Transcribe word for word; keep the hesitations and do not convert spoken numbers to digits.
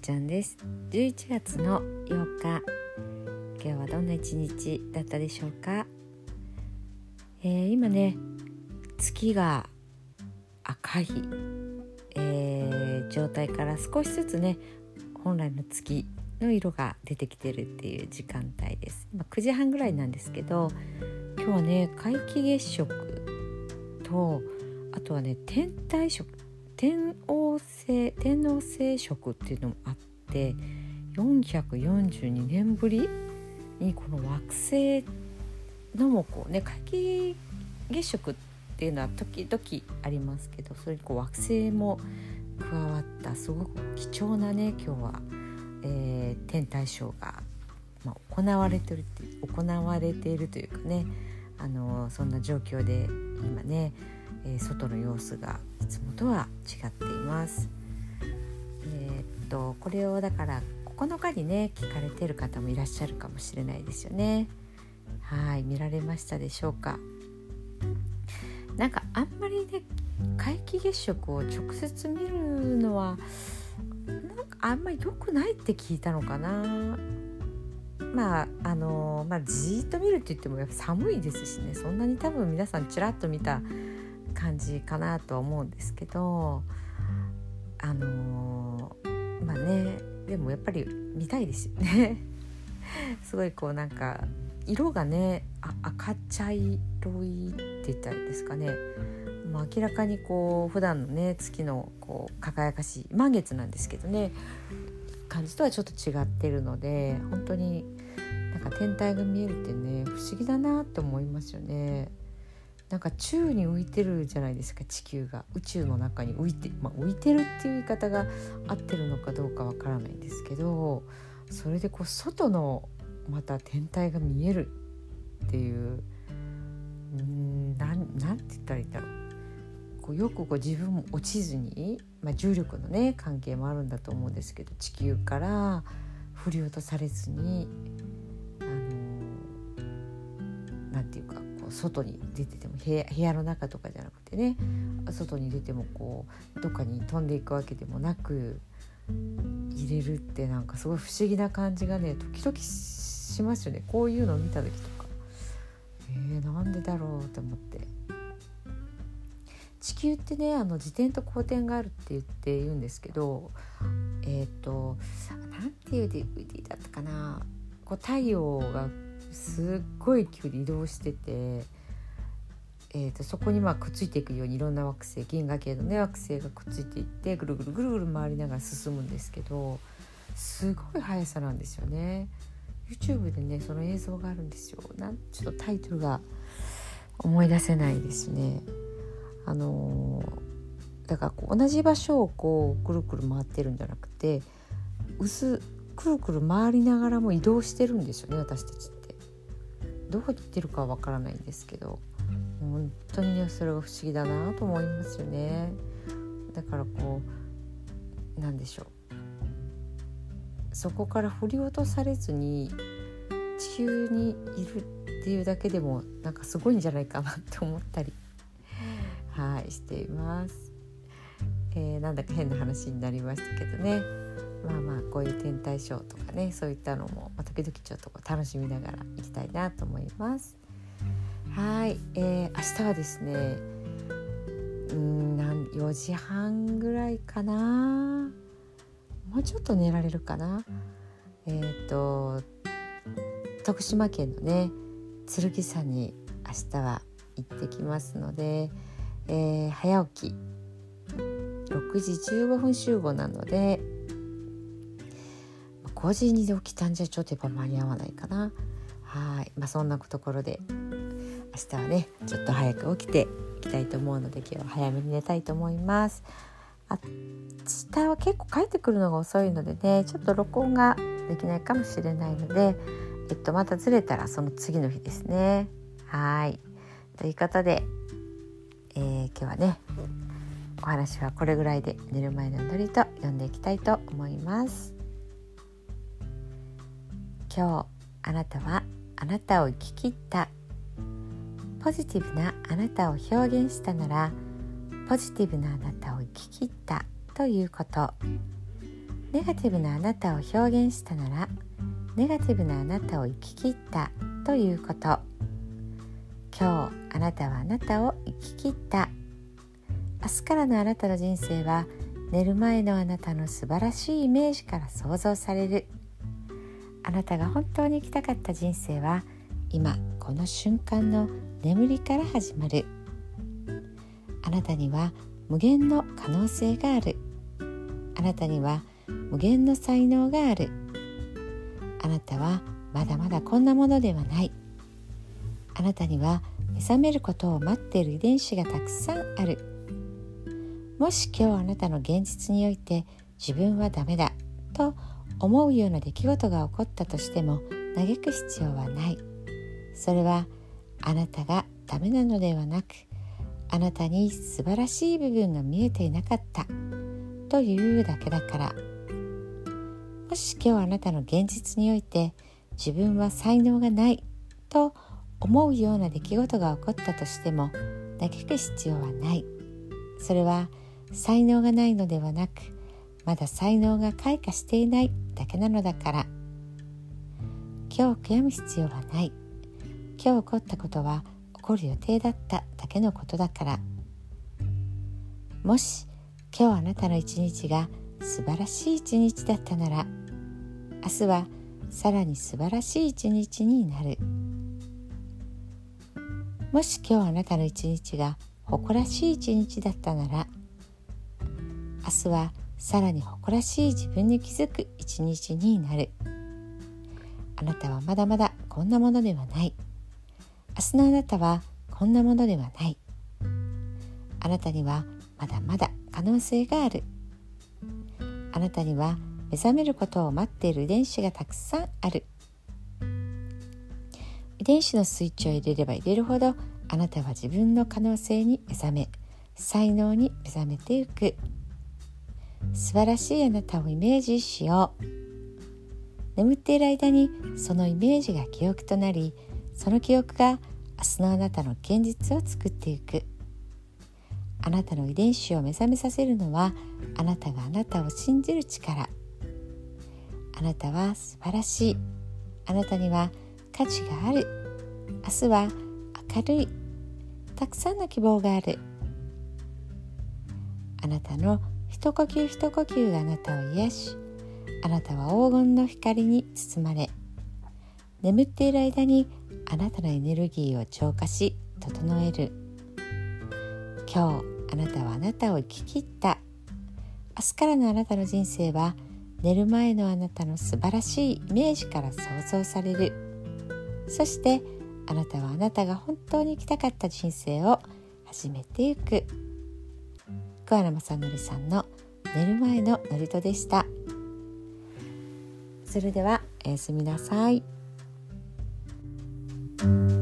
ちゃんです。じゅういちがつのようか、今日はどんな一日だったでしょうか。えー、今ね、月が赤い、えー、状態から少しずつね、本来の月の色が出てきてるっていう時間帯です。今くじはんぐらいなんですけど、今日はね、皆既月食と、あとはね、天体食天王星天王星食っていうのもあって、よんひゃくよんじゅうにねんぶりにこの惑星のもこうね、皆既月食っていうのは時々ありますけど、それにこう惑星も加わったすごく貴重なね、今日は、えー、天体ショーが、まあ、行われてるって行われているというかね、あのそんな状況で今ね、えー、外の様子がいつもとは違っています。えー、っとこれをだからここのかにね聞かれている方もいらっしゃるかもしれないですよね。はい、見られましたでしょうか。なんかあんまりね、皆既月食を直接見るのはなんかあんまり良くないって聞いたのかな。まああのまあじーっと見るって言ってもやっぱ寒いですしね、そんなに多分皆さんちらっと見た感じかなとは思うんですけど、あのー、まあね、でもやっぱり見たいですよねすごいこうなんか色がね、あ赤茶色いって言ったらいいですかね、まあ、明らかにこう普段のね月のこう輝かしい満月なんですけどね、感じとはちょっと違ってるので、本当になんか天体が見えるってね、不思議だなって思いますよね。なんか宙に浮いてるじゃないですか、地球が宇宙の中に浮いて、まあ、浮いてるっていう言い方が合ってるのかどうかわからないんですけど、それでこう外のまた天体が見えるっていう、うーんなん、なんて言ったらいいんだろう、こうよくこう自分も落ちずに、まあ、重力のね関係もあるんだと思うんですけど、地球から振り落とされずに、あのー、なんていうか外に出てても部屋、部屋の中とかじゃなくてね、外に出てもこうどっかに飛んでいくわけでもなく入れるって、なんかすごい不思議な感じがね時々しますよね。こういうのを見た時とか、えー、なんでだろうと思って。地球ってね、あの自転と公転があるって言って言うんですけど、えっとなんていうでだったかな、こう太陽がすっごい勢いで移動してて、えー、とそこにまあくっついていくようにいろんな惑星、銀河系のね惑星がくっついていってぐるぐるぐるぐる回りながら進むんですけど、すごい速さなんですよね。 YouTube でねその映像があるんですよ。なんちょっとタイトルが思い出せないですね。あのー、だからこう同じ場所をこうくるくる回ってるんじゃなくて、薄くるくる回りながらも移動してるんですよね、私たちって。どこに行ってるかはわからないんですけど、本当にねそれが不思議だなと思いますよね。だからこうなんでしょう、そこから振り落とされずに地球にいるっていうだけでもなんかすごいんじゃないかなって思ったりはいしています。えー、なんだか変な話になりましたけどね、まあまあこういう天体ショーとかね、そういったのも、まあ、時々ちょっとこう楽しみながら行きたいなと思います。はい、えー、明日はですね、うーんなんよじはんぐらいかな、もうちょっと寝られるかな、えーと徳島県のね剣山に明日は行ってきますので、えー、早起きろくじじゅうごふん集合なのでごじに起きたんじゃちょっとやっぱ間に合わないかな。はい、まあ、そんなところで明日はねちょっと早く起きていきたいと思うので、今日は早めに寝たいと思います。明日は結構帰ってくるのが遅いのでね、ちょっと録音ができないかもしれないので、えっと、またずれたらその次の日ですね。はい、ということで、えー、今日はねお話はこれぐらいで、寝る前の祈りと読んでいきたいと思います。今日あなたはあなたを生き切った。ポジティブなあなたを表現したなら、ポジティブなあなたを生き切ったということ。 ネガティブなあなたを表現したなら、ネガティブなあなたを生き切ったということ。今日あなたはあなたを生き切った。明日からのあなたの人生は寝る前のあなたの素晴らしいイメージから想像される。あなたが本当に生きたかった人生は今この瞬間の眠りから始まる。あなたには無限の可能性がある。あなたには無限の才能がある。あなたはまだまだこんなものではない。あなたには目覚めることを待っている遺伝子がたくさんある。もし今日あなたの現実において自分はダメだと思うような出来事が起こったとしても嘆く必要はない。それはあなたがダメなのではなく、あなたに素晴らしい部分が見えていなかったというだけだから。もし今日あなたの現実において自分は才能がないと思うような出来事が起こったとしても嘆く必要はない。それは才能がないのではなく、まだ才能が開花していないだけなのだから。今日悔やむ必要はない。今日起こったことは起こる予定だっただけのことだから。もし今日あなたの一日が素晴らしい一日だったなら、明日はさらに素晴らしい一日になる。もし今日あなたの一日が誇らしい一日だったなら、明日はさらに誇らしい自分に気づく一日になる。あなたはまだまだこんなものではない。明日のあなたはこんなものではない。あなたにはまだまだ可能性がある。あなたには目覚めることを待っている遺伝子がたくさんある。遺伝子のスイッチを入れれば入れるほど、あなたは自分の可能性に目覚め、才能に目覚めていく。素晴らしいあなたをイメージしよう。眠っている間にそのイメージが記憶となり、その記憶が明日のあなたの現実を作っていく。あなたの遺伝子を目覚めさせるのは、あなたがあなたを信じる力。あなたは素晴らしい。あなたには価値がある。明日は明るい。たくさんの希望がある。あなたの一呼吸一呼吸があなたを癒し、あなたは黄金の光に包まれ、眠っている間にあなたのエネルギーを浄化し整える。今日あなたはあなたを生き切った。明日からのあなたの人生は寝る前のあなたの素晴らしいイメージから想像される。そしてあなたはあなたが本当に生きたかった人生を始めていく。桑名正則さんの寝る前の祝詞でした。それではおやすみなさい。